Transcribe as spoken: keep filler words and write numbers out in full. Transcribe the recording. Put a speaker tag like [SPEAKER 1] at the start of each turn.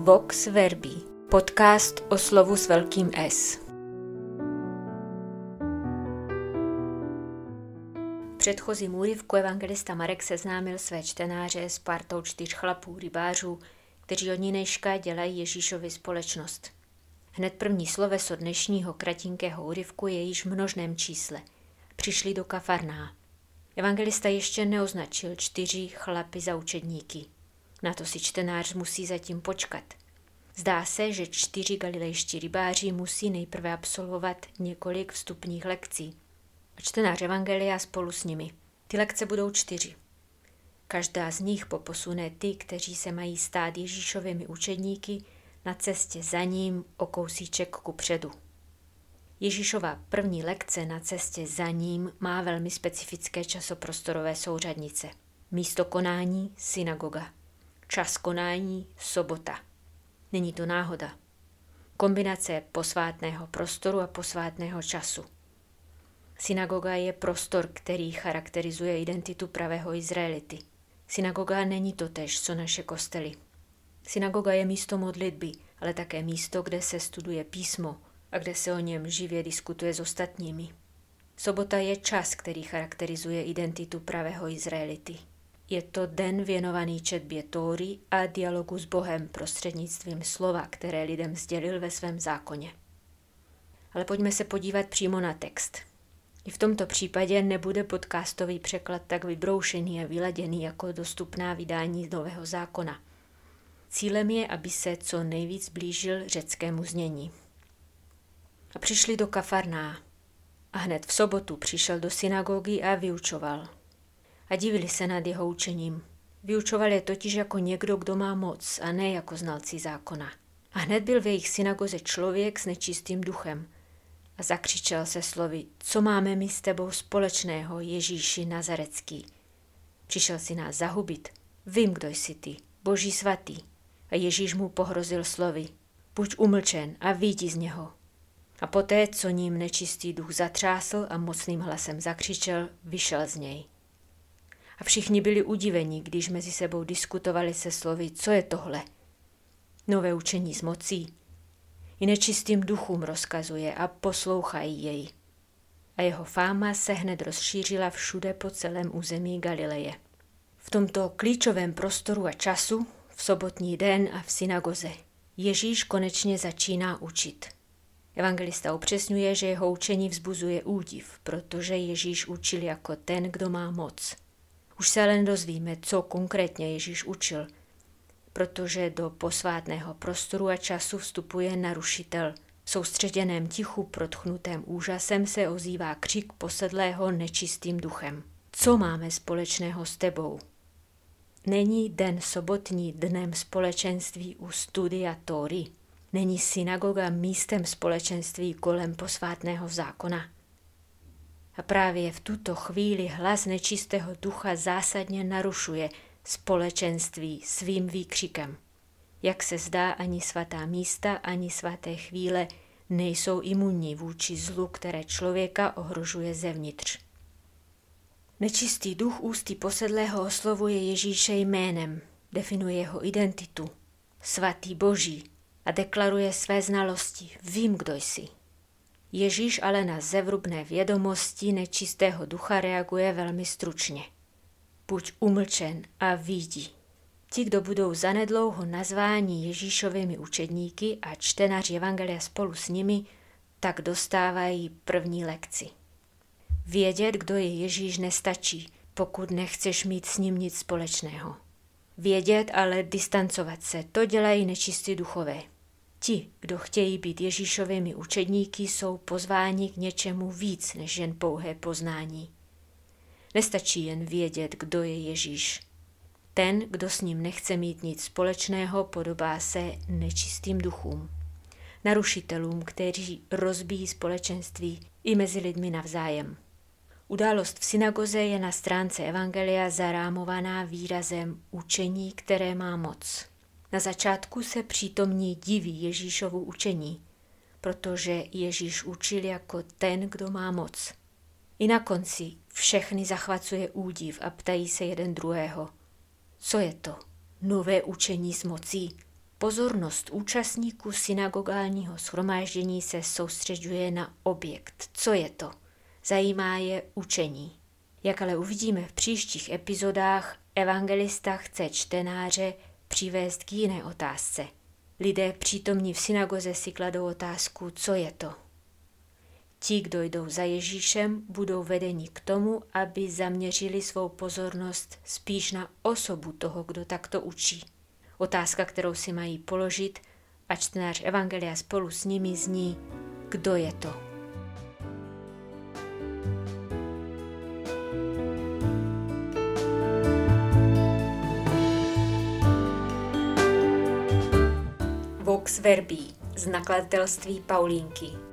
[SPEAKER 1] Vox Verbi, podcast o slovu s velkým S. V předchozím úryvku evangelista Marek seznámil své čtenáře s partou čtyř chlapů rybářů, kteří od nídejška dělají Ježíšovi společnost. Hned první sloveso dnešního kratinkého úryvku je již v množném čísle. Přišli do Kafarná. Evangelista ještě neoznačil čtyři chlapy za učedníky. Na to si čtenář musí zatím počkat. Zdá se, že čtyři galilejští rybáři musí nejprve absolvovat několik vstupních lekcí. A čtenář evangelia spolu s nimi. Ty lekce budou čtyři. Každá z nich poposune ty, kteří se mají stát Ježíšovými učedníky, na cestě za ním o kousíček kupředu. Ježíšova první lekce na cestě za ním má velmi specifické časoprostorové souřadnice. Místo konání synagoga. Čas konání sobota. Není to náhoda. Kombinace posvátného prostoru a posvátného času. Synagoga je prostor, který charakterizuje identitu pravého Izraelity. Synagoga není totéž, co naše kostely. Synagoga je místo modlitby, ale také místo, kde se studuje písmo a kde se o něm živě diskutuje s ostatními. Sobota je čas, který charakterizuje identitu pravého Izraelity. Je to den věnovaný četbě Tóry a dialogu s Bohem prostřednictvím slova, které lidem sdělil ve svém zákoně. Ale pojďme se podívat přímo na text. I v tomto případě nebude podcastový překlad tak vybroušený a vyladěný jako dostupná vydání z Nového zákona. Cílem je, aby se co nejvíc blížil řeckému znění. A přišli do Kafarná. A hned v sobotu přišel do synagogy a vyučoval. A divili se nad jeho učením. Vyučoval je totiž jako někdo, kdo má moc, a ne jako znalci zákona. A hned byl v jejich synagoze člověk s nečistým duchem. A zakřičel se slovy: Co máme my s tebou společného, Ježíši Nazarecký? Přišel si nás zahubit. Vím, kdo jsi ty, Boží svatý. A Ježíš mu pohrozil slovy: Buď umlčen a vyjdi z něho. A poté, co ním nečistý duch zatřásl a mocným hlasem zakřičel, vyšel z něj. A všichni byli udiveni, když mezi sebou diskutovali se slovy: Co je tohle? Nové učení s mocí. I nečistým duchům rozkazuje a poslouchají jej. A jeho fáma se hned rozšířila všude po celém území Galileje. V tomto klíčovém prostoru a času, v sobotní den a v synagoze, Ježíš konečně začíná učit. Evangelista upřesňuje, že jeho učení vzbuzuje údiv, protože Ježíš učil jako ten, kdo má moc. Už se ale dozvíme, co konkrétně Ježíš učil, protože do posvátného prostoru a času vstupuje narušitel. V soustředěném tichu protchnutém úžasem se ozývá křik posedlého nečistým duchem. Co máme společného s tebou? Není den sobotní dnem společenství u studia Tóry? Není synagoga místem společenství kolem posvátného zákona? A právě v tuto chvíli hlas nečistého ducha zásadně narušuje společenství svým výkřikem. Jak se zdá, ani svatá místa, ani svaté chvíle nejsou imunní vůči zlu, které člověka ohrožuje zevnitř. Nečistý duch ústy posedlého oslovuje Ježíše jménem, definuje jeho identitu, svatý Boží, a deklaruje své znalosti: Vím, kdo jsi. Ježíš ale na zevrubné vědomosti nečistého ducha reaguje velmi stručně. Buď umlčen a vyjdi. Ti, kdo budou zanedlouho nazváni Ježíšovými učedníky a čtenáři evangelia spolu s nimi, tak dostávají první lekci. Vědět, kdo je Ježíš, nestačí, pokud nechceš mít s ním nic společného. Vědět, ale distancovat se, to dělají nečistí duchové. Ti, kdo chtějí být Ježíšovými učedníky, jsou pozváni k něčemu víc než jen pouhé poznání. Nestačí jen vědět, kdo je Ježíš. Ten, kdo s ním nechce mít nic společného, podobá se nečistým duchům. Narušitelům, kteří rozbíjí společenství i mezi lidmi navzájem. Událost v synagoze je na stránce evangelia zarámovaná výrazem učení, které má moc. Na začátku se přítomní diví Ježíšovu učení, protože Ježíš učil jako ten, kdo má moc. I na konci všechny zachvacuje údiv a ptají se jeden druhého: Co je to? Nové učení s mocí? Pozornost účastníků synagogálního shromáždění se soustřeďuje na objekt. Co je to? Zajímá je učení. Jak ale uvidíme v příštích epizodách, evangelista chce čtenáře přivést k jiné otázce. Lidé přítomní v synagoze si kladou otázku, co je to. Ti, kdo jdou za Ježíšem, budou vedeni k tomu, aby zaměřili svou pozornost spíš na osobu toho, kdo takto učí. Otázka, kterou si mají položit, a čtenář evangelia spolu s nimi zní, kdo je to. Vox Verbi z nakladatelství Paulínky.